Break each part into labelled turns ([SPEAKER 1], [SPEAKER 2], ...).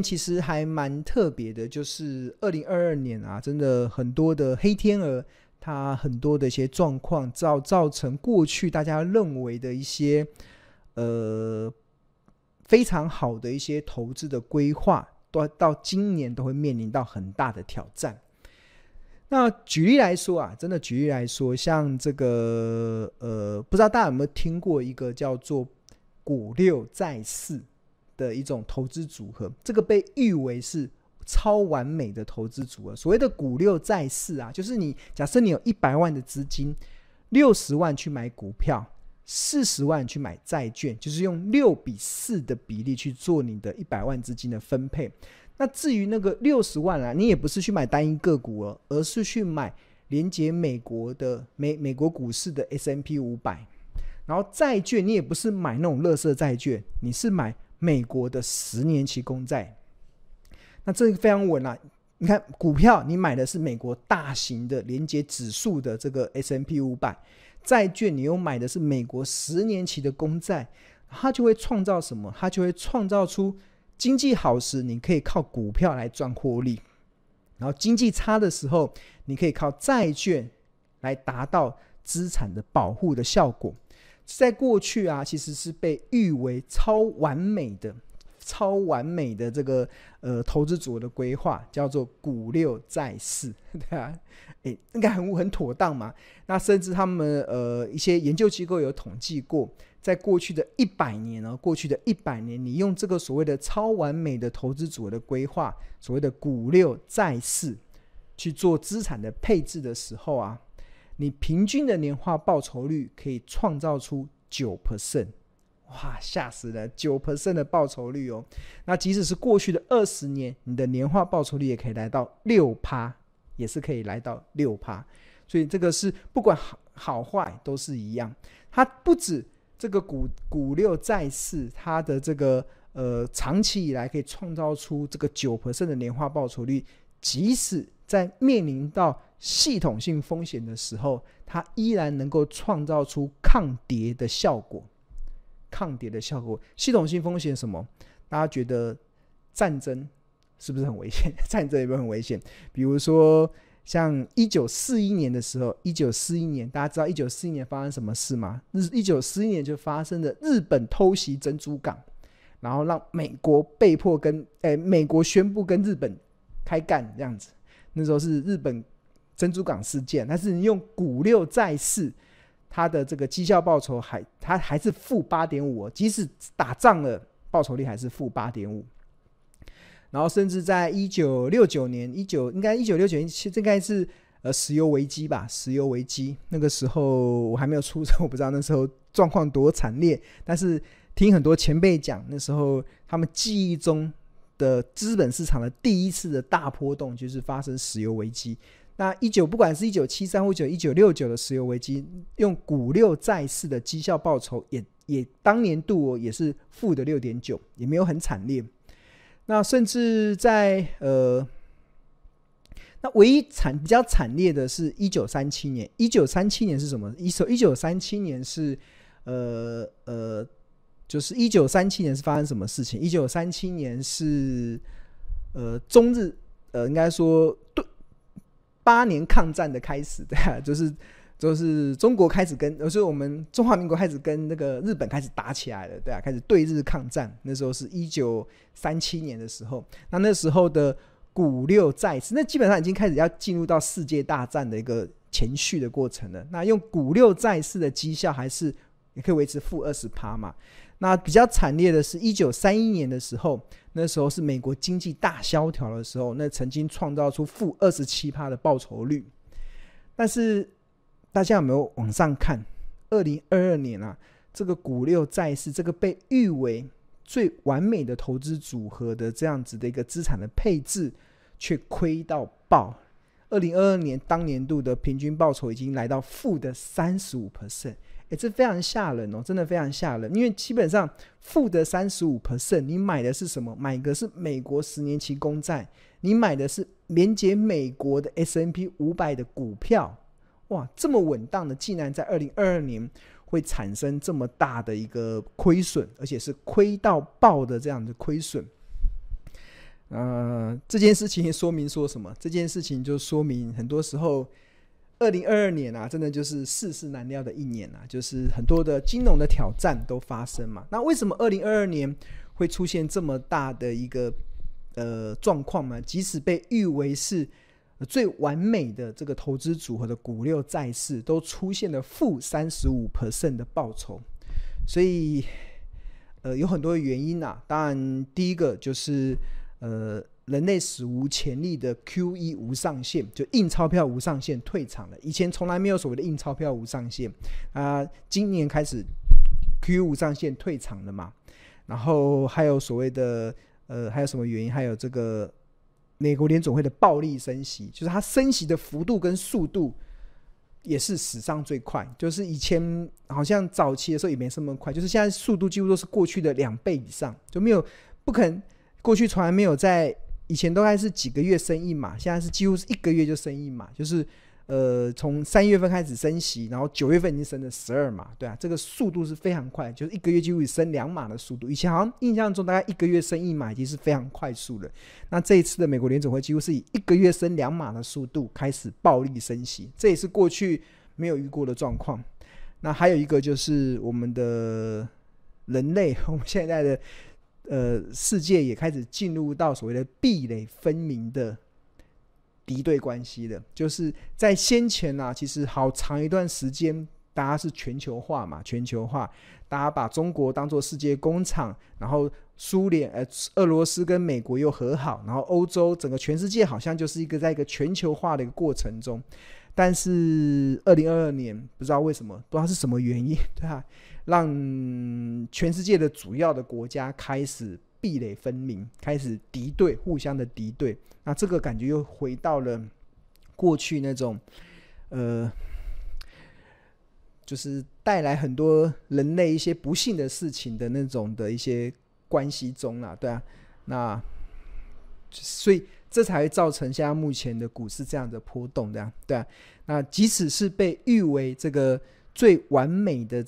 [SPEAKER 1] 其实还蛮特别的，就是2022年啊，真的很多的黑天鹅，它很多的一些状况造成过去大家认为的一些非常好的一些投资的规划，到今年都会面临到很大的挑战。那举例来说啊，真的举例来说，像这个不知道大家有没有听过一个叫做股六债四的一种投资组合，这个被誉为是超完美的投资组合。所谓的股六债四啊，就是假设你有100万的资金，60万去买股票，40万去买债券，就是用6:4的比例去做你的100万资金的分配。那至于那个60万啊，你也不是去买单一个股哦，而是去买连接美国的美国股市的 S&P 500，然后债券你也不是买那种垃圾债券，你是买美国的10年期公债。那这个非常稳啊，你看股票你买的是美国大型的连接指数的这个 S&P 500，债券你又买的是美国10年期的公债，它就会创造什么？它就会创造出经济好时你可以靠股票来赚获利，然后经济差的时候你可以靠债券来达到资产的保护的效果。在过去啊，其实是被誉为超完美的这个投资组合的规划，叫做股六债四，对啊，应该很妥当嘛。那甚至他们一些研究机构有统计过，在过去的100年，你用这个所谓的超完美的投资组合的规划，所谓的股六债四去做资产的配置的时候啊，你平均的年化报酬率可以创造出 9%， 哇，吓死了， 9% 的报酬率哦。那即使是过去的20年，你的年化报酬率也可以来到 6%， 也是可以来到 6%。 所以这个是不管好坏都是一样，它不止这个股六债四，它的这个长期以来可以创造出这个 9% 的年化报酬率，即使在面临到系统性风险的时候，它依然能够创造出抗跌的效果。系统性风险什么？大家觉得战争是不是很危险？战争有没有很危险？比如说像1941年的时候，1941年大家知道1941年发生什么事吗？1941年就发生了日本偷袭珍珠港，然后让美国被迫美国宣布跟日本开干这样子。那时候是日本珍珠港事件，但是你用股六债四，它的这个绩效报酬它还是负 8.5%， 即使打仗了报酬率还是负 8.5%。 然后甚至在1969年应该这应该是石油危机吧，石油危机那个时候我还没有出生，我不知道那时候状况多惨烈，但是听很多前辈讲，那时候他们记忆中的资本市场的第一次的大波动就是发生石油危机。那不管是1973或1969的石油危机，用股六债四的绩效报酬也当年度也是负的 6.9%， 也没有很惨烈。那甚至在那唯一比较惨烈的是1937年。1937年是什么？1937年是就是1937年是发生什么事情？1937年是中日应该说8年抗战的开始，对啊，就是中国开始就是我们中华民国开始跟那个日本开始打起来了，对啊，开始对日抗战。那时候是1937年的时候，那时候的股六债四，那基本上已经开始要进入到世界大战的一个前序的过程了。那用股六债四的绩效还是也可以维持负 20% 嘛。那比较惨烈的是1931年的时候，那时候是美国经济大萧条的时候，那曾经创造出负 27% 的报酬率。但是大家有没有往上看2022年啊，这个股六债四，这个被誉为最完美的投资组合的这样子的一个资产的配置，却亏到爆。2022年当年度的平均报酬已经来到负的 35%，这非常吓人哦，真的非常吓人。因为基本上负的 35%， 你买的是什么？买的是美国10年期公债，你买的是连接美国的 S&P 500的股票。哇，这么稳当的，竟然在2022年会产生这么大的一个亏损，而且是亏到爆的这样的亏损。 这件事情说明说什么？这件事情就说明很多时候2022年啊，真的就是世事难料的一年啊，就是很多的金融的挑战都发生嘛。那为什么2022年会出现这么大的一个状况呢？即使被誉为是最完美的这个投资组合的股六债市，都出现了负35% 的报酬。所以有很多的原因啊。当然第一个就是人类史无前例的 QE 无上限，就印钞票无上限退场了。以前从来没有所谓的印钞票无上限今年开始 QE 无上限退场了嘛。然后还有所谓的还有什么原因？还有这个美国联总会的暴力升息，就是它升息的幅度跟速度也是史上最快。就是以前好像早期的时候也没这么快，就是现在速度几乎都是过去的2倍以上，就没有不可能，过去从来没有在以前都还是几个月升一码，现在是几乎是1个月就升一码，就是从3月份开始升息，然后9月份已经升了12码，对啊，这个速度是非常快，就是1个月几乎升2码的速度。以前好像印象中大概1个月升1码已经是非常快速了。那这一次的美国联总会几乎是以1个月升2码的速度开始暴力升息，这也是过去没有遇过的状况。那还有一个就是我们的人类，我们现在的世界也开始进入到所谓的壁垒分明的敌对关系了。就是在先前其实好长一段时间大家是全球化嘛，全球化，大家把中国当作世界工厂，然后俄罗斯跟美国又和好，然后欧洲整个全世界好像就是在一个全球化的一个过程中。但是2022年不知道为什么，不知道是什么原因，对啊，让全世界的主要的国家开始壁垒分明，开始敌对，互相的敌对。那这个感觉又回到了过去那种就是带来很多人类一些不幸的事情的那种的一些关系中啦，对啊。那所以这才会造成现在目前的股市这样的波动，这样对啊。那即使是被誉为这个最完美的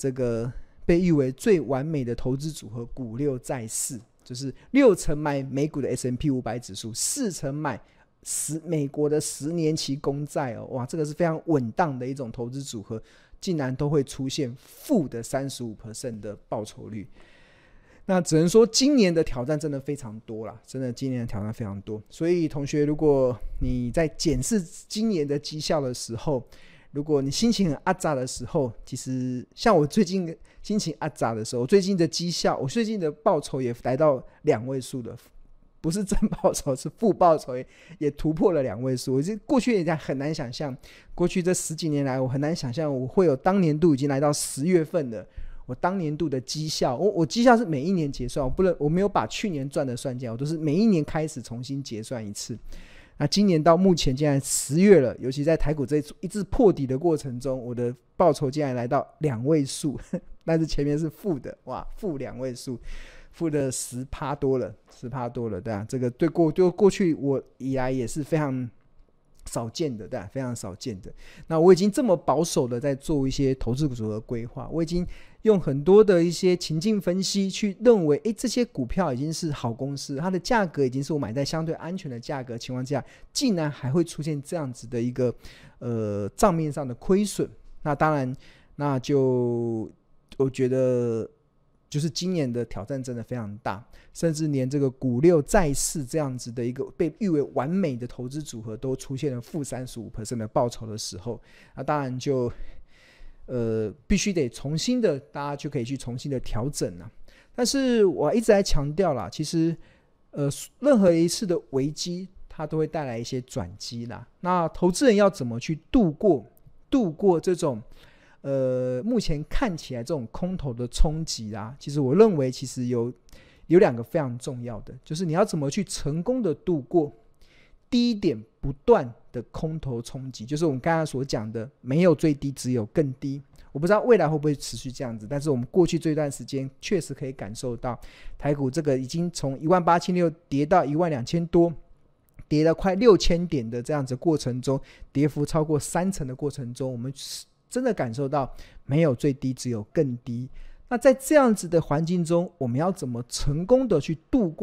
[SPEAKER 1] 投资组合股六债四，就是6成买美股的 S&P 500指数，4成买美国的10年期公债哇，这个是非常稳当的一种投资组合，竟然都会出现负的 35% 的报酬率。那只能说今年的挑战真的非常多啦，真的今年的挑战非常多。所以同学，如果你在检视今年的绩效的时候，如果你心情很阿杂的时候，其实像我最近心情阿杂的时候，我最近的绩效，我最近的报酬也来到2位数了，不是正报酬是负报酬，也突破了2位数。我过去也很难想象，过去这10几年来我很难想象我会有当年度已经来到10月份的我当年度的绩效。我绩效是每一年结算，我没有把去年赚的算进来，我都是每一年开始重新结算一次。那今年到目前竟然10月了，尤其在台股这一直破底的过程中，我的报酬竟然来到2位数，但是前面是负的，哇，负2位数，负的10%多了，10%多了，对啊，这个对过去我以来也是非常少见的，对啊，非常少见的。那我已经这么保守的在做一些投资组合规划，我已经用很多的一些情境分析去认为这些股票已经是好公司，它的价格已经是我买在相对安全的价格情况下，竟然还会出现这样子的一个账面上的亏损。那当然，那就我觉得就是今年的挑战真的非常大，甚至连这个股六债四这样子的一个被誉为完美的投资组合都出现了负 35% 的报酬的时候，那当然就必须得重新的，大家就可以去重新的调整了。但是我一直在强调啦，其实任何一次的危机它都会带来一些转机啦。那投资人要怎么去度过这种目前看起来这种空头的冲击啦，其实我认为其实有2个非常重要的，就是你要怎么去成功的度过第一点不断的空头冲击，就是我们刚刚所讲的没有最低只有更低。我不知道未来会不会持续这样子，但是我们过去这段时间确实可以感受到台股这个已经从18600跌到12000多，跌了快6000点的这样子过程中，跌幅超过3成的过程中，我们真的感受到没有最低只有更低。那在这样子的环境中，我们要怎么成功的去度过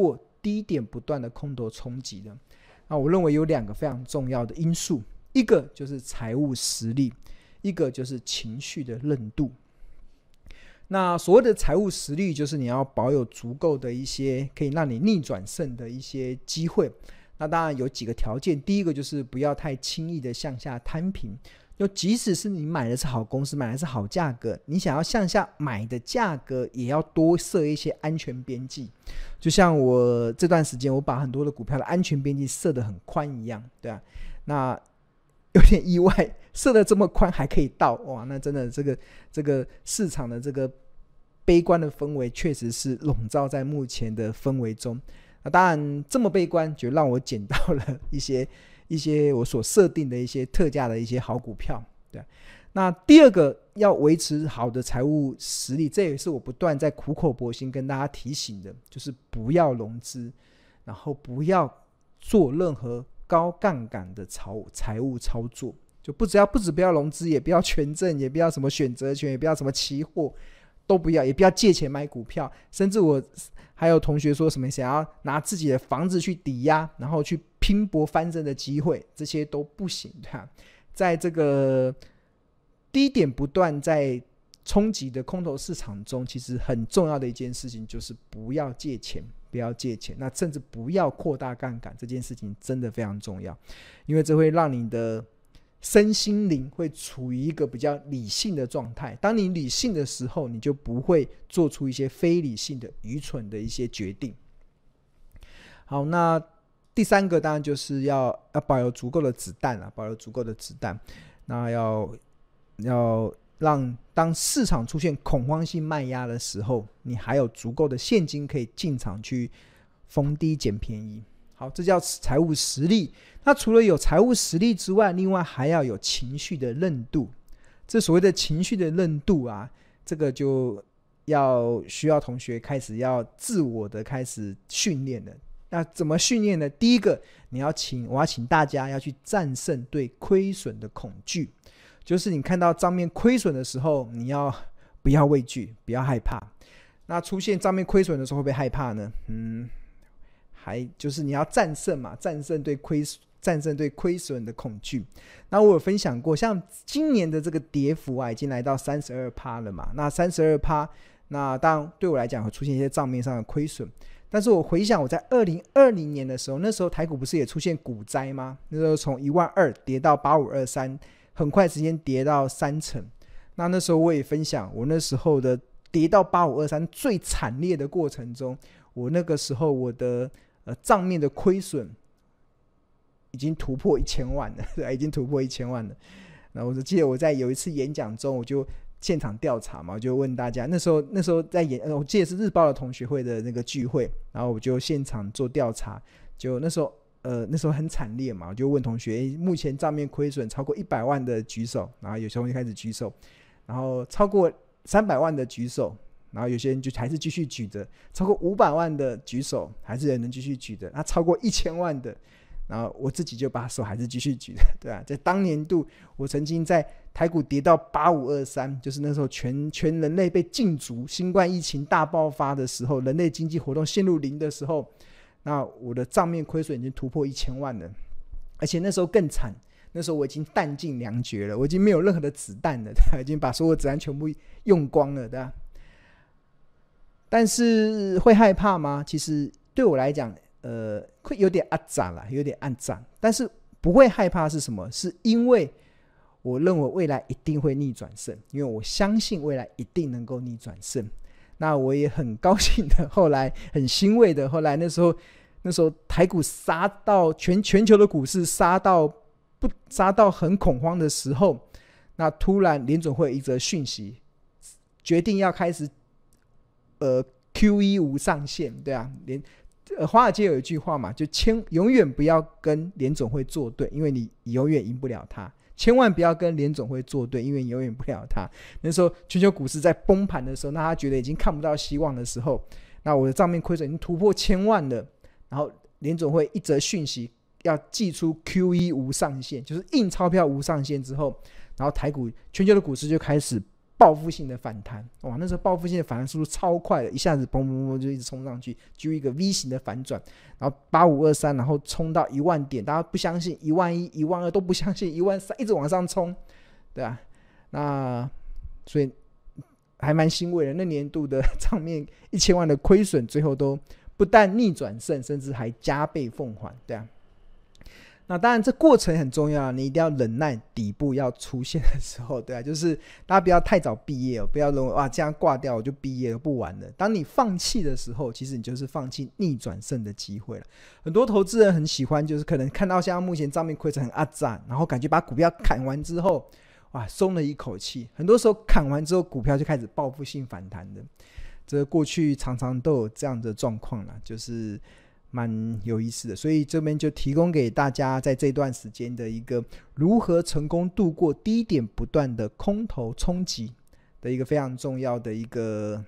[SPEAKER 1] 低点不断的空头冲击的。那我认为有2个非常重要的因素，一个就是财务实力，一个就是情绪的韧度。那所谓的财务实力，就是你要保有足够的一些可以让你逆转胜的一些机会。那当然有几个条件，第一个就是不要太轻易的向下摊平，就即使是你买的是好公司，买的是好价格，你想要向下买的价格也要多设一些安全边际。就像我这段时间我把很多的股票的安全边际设得很宽一样，对啊，那有点意外，设得这么宽还可以到，哇，那真的这个市场的这个悲观的氛围确实是笼罩在目前的氛围中。那当然这么悲观就让我捡到了一些我所设定的一些特价的一些好股票，对。那第二个要维持好的财务实力，这也是我不断在苦口婆心跟大家提醒的，就是不要融资，然后不要做任何高杠杆的财务操作，就不要融资，也不要权证，也不要什么选择权，也不要什么期货，都不要，也不要借钱买股票，甚至我还有同学说什么想要拿自己的房子去抵押，然后去拼搏翻身的机会，这些都不行的。在这个低点不断在冲击的空头市场中，其实很重要的一件事情就是不要借钱，那甚至不要扩大杠杆，这件事情真的非常重要，因为这会让你的身心灵会处于一个比较理性的状态。当你理性的时候，你就不会做出一些非理性的愚蠢的一些决定。好，那第3个当然就是要保有足够的子弹，那要让当市场出现恐慌性卖压的时候，你还有足够的现金可以进场去逢低捡便宜。好，这叫财务实力。那除了有财务实力之外，另外还要有情绪的韧度。这所谓的情绪的韧度啊，这个就需要同学开始要自我的开始训练了。那怎么训练呢？第一个，我要请大家要去战胜对亏损的恐惧。就是你看到账面亏损的时候，你不要畏惧，不要害怕。那出现账面亏损的时候会不会害怕呢？还就是你要战胜对亏损的恐惧。那我有分享过，像今年的这个跌幅啊，已经来到 32% 了嘛。那 32%， 那当然对我来讲会出现一些账面上的亏损。但是我回想我在2020年的时候，那时候台股不是也出现股灾吗？那时候从12000跌到8523，很快时间跌到3成。那时候我也分享，我那时候的跌到8523最惨烈的过程中，我那个时候我的账面的亏损已经突破1000万了，已经突破1000万了。然后我就记得我在有一次演讲中，我就现场调查嘛，我就问大家，那时候在我记得是日报的同学会的那个聚会，然后我就现场做调查，就那时候很惨烈嘛，我就问同学，目前账面亏损超过100万的举手，然后有些同学开始举手，然后超过300万的举手，然后有些人就还是继续举着，超过500万的举手，还是有人继续举的，那超过1000万的，然后我自己就把手还是继续举的，对啊，在当年度我曾经在台股跌到8523，就是那时候全人类被禁足，新冠疫情大爆发的时候，人类经济活动陷入零的时候，那我的账面亏损已经突破1000万了。而且那时候更惨，那时候我已经弹尽粮绝了，我已经没有任何的子弹了，已经把所有子弹全部用光了，对吧？但是会害怕吗？其实对我来讲会有点暗战啦，有点暗战，但是不会害怕是什么？是因为我认为未来一定会逆转胜，因为我相信未来一定能够逆转胜。那我也很高兴的，后来很欣慰的，后来那时候台股杀到全球的股市杀到很恐慌的时候，那突然联准会一则讯息，决定要开始QE 无上限，对啊，华尔街有一句话嘛，就永远不要跟联准会作对，因为你永远赢不了他。千万不要跟联准会作对，因为你永远不了他。那时候全球股市在崩盘的时候，那他觉得已经看不到希望的时候，那我的账面亏损已经突破1000万了，然后联准会一则讯息要祭出 QE 无上限，就是印钞票无上限之后，然后全球的股市就开始报复性的反弹，哇，那时候报复性的反弹速度超快的，一下子嘣嘣嘣就一直冲上去，就一个 V 型的反转，然后8523，然后冲到1万点，大家不相信11000、12000都不相信13000，一直往上冲，对啊，那所以还蛮欣慰的，那年度的账面1000万的亏损，最后都不但逆转胜，甚至还加倍奉还，对啊。那当然这过程很重要，你一定要忍耐底部要出现的时候，对啊，就是大家不要太早毕业不要认为哇这样挂掉我就毕业了不玩了。当你放弃的时候，其实你就是放弃逆转胜的机会了。很多投资人很喜欢，就是可能看到像目前账面亏损很阿赞，然后感觉把股票砍完之后，哇松了一口气。很多时候砍完之后，股票就开始报复性反弹的。这过去常常都有这样的状况啦，就是蛮有意思的，所以这边就提供给大家在这段时间的一个如何成功度过低点不断的空头冲击的一个非常重要的一个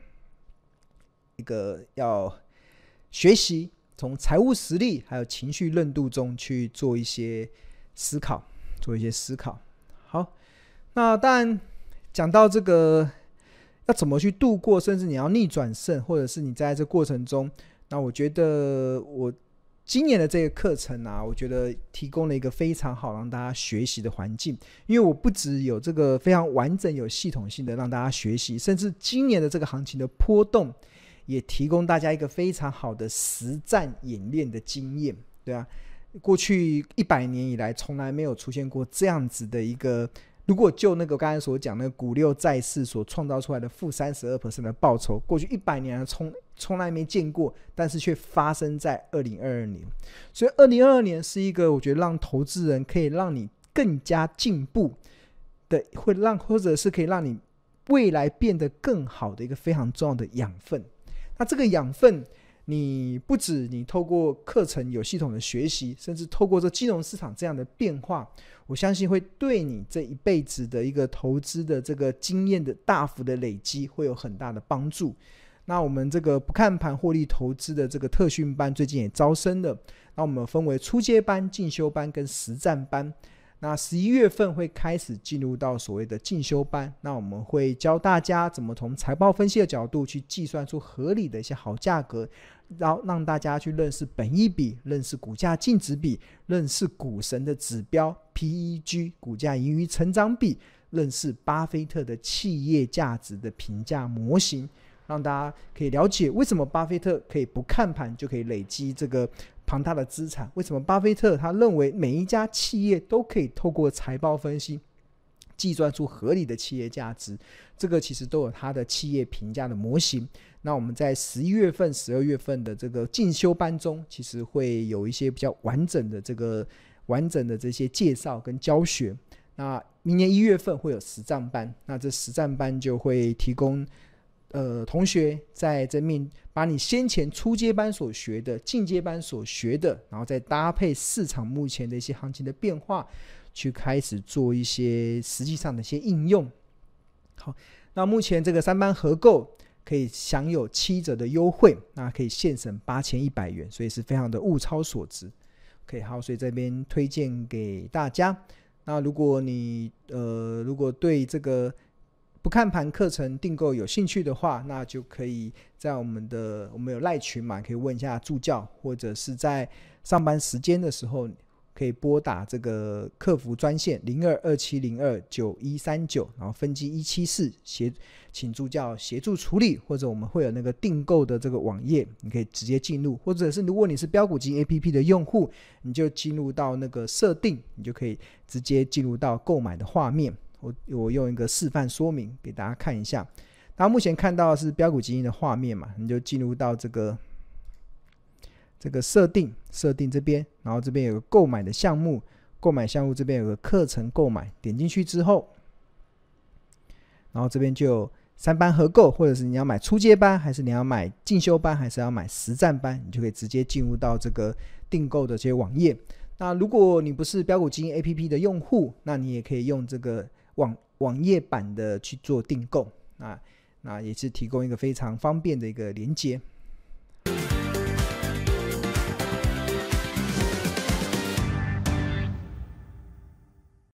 [SPEAKER 1] 要学习，从财务实力还有情绪韧度中去做一些思考。好，那当然讲到这个要怎么去度过，甚至你要逆转胜，或者是你在这过程中，那我觉得我今年的这个课程啊，我觉得提供了一个非常好让大家学习的环境，因为我不只有这个非常完整有系统性的让大家学习，甚至今年的这个行情的波动也提供大家一个非常好的实战演练的经验，对啊，过去100年以来从来没有出现过这样子的一个，如果就那个刚才所讲那个股六债四所创造出来的负32% 的报酬，过去100年从来没见过，但是却发生在2022年。所以2022年是一个我觉得让投资人可以让你更加进步的，或者是可以让你未来变得更好的一个非常重要的养分。那这个养分你不止你透过课程有系统的学习，甚至透过这金融市场这样的变化，我相信会对你这一辈子的一个投资的这个经验的大幅的累积会有很大的帮助。那我们这个不看盘获利投资的这个特训班最近也招生了，那我们分为初阶班、进修班跟实战班。那11月份会开始进入到所谓的进修班，那我们会教大家怎么从财报分析的角度去计算出合理的一些好价格，然后让大家去认识本益比，认识股价净值比，认识股神的指标 PEG 股价盈余成长比，认识巴菲特的企业价值的评价模型，让大家可以了解为什么巴菲特可以不看盘就可以累积这个庞大的资产，为什么巴菲特他认为每一家企业都可以透过财报分析计算出合理的企业价值，这个其实都有他的企业评价的模型。那我们在11月份、12月份的这个进修班中，其实会有一些比较完整的这些介绍跟教学。那明年1月份会有实战班，那这实战班就会提供同学在这面把你先前初阶班所学的、进阶班所学的，然后再搭配市场目前的一些行情的变化，去开始做一些实际上的一些应用。好，那目前这个3班合购可以享有7折的优惠，那可以现省8100元，所以是非常的物超所值。OK， 好，所以这边推荐给大家。那如果你如果对这个不看盘课程订购有兴趣的话，那就可以在我们有赖群嘛，可以问一下助教，或者是在上班时间的时候可以拨打这个客服专线0227029139，然后分机174请助教协助处理，或者我们会有那个订购的这个网页，你可以直接进入，或者是如果你是标股金 APP 的用户，你就进入到那个设定，你就可以直接进入到购买的画面。我用一个示范说明给大家看一下，大家目前看到的是标股基金的画面嘛，你就进入到这个设定这边，然后这边有个购买的项目，购买项目这边有个课程购买，点进去之后，然后这边就有3班合购，或者是你要买初阶班，还是你要买进修班，还是要买实战班，你就可以直接进入到这个订购的这些网页。那如果你不是标股基金 APP 的用户，那你也可以用这个网页版的去做订购，那也是提供一个非常方便的一个连结。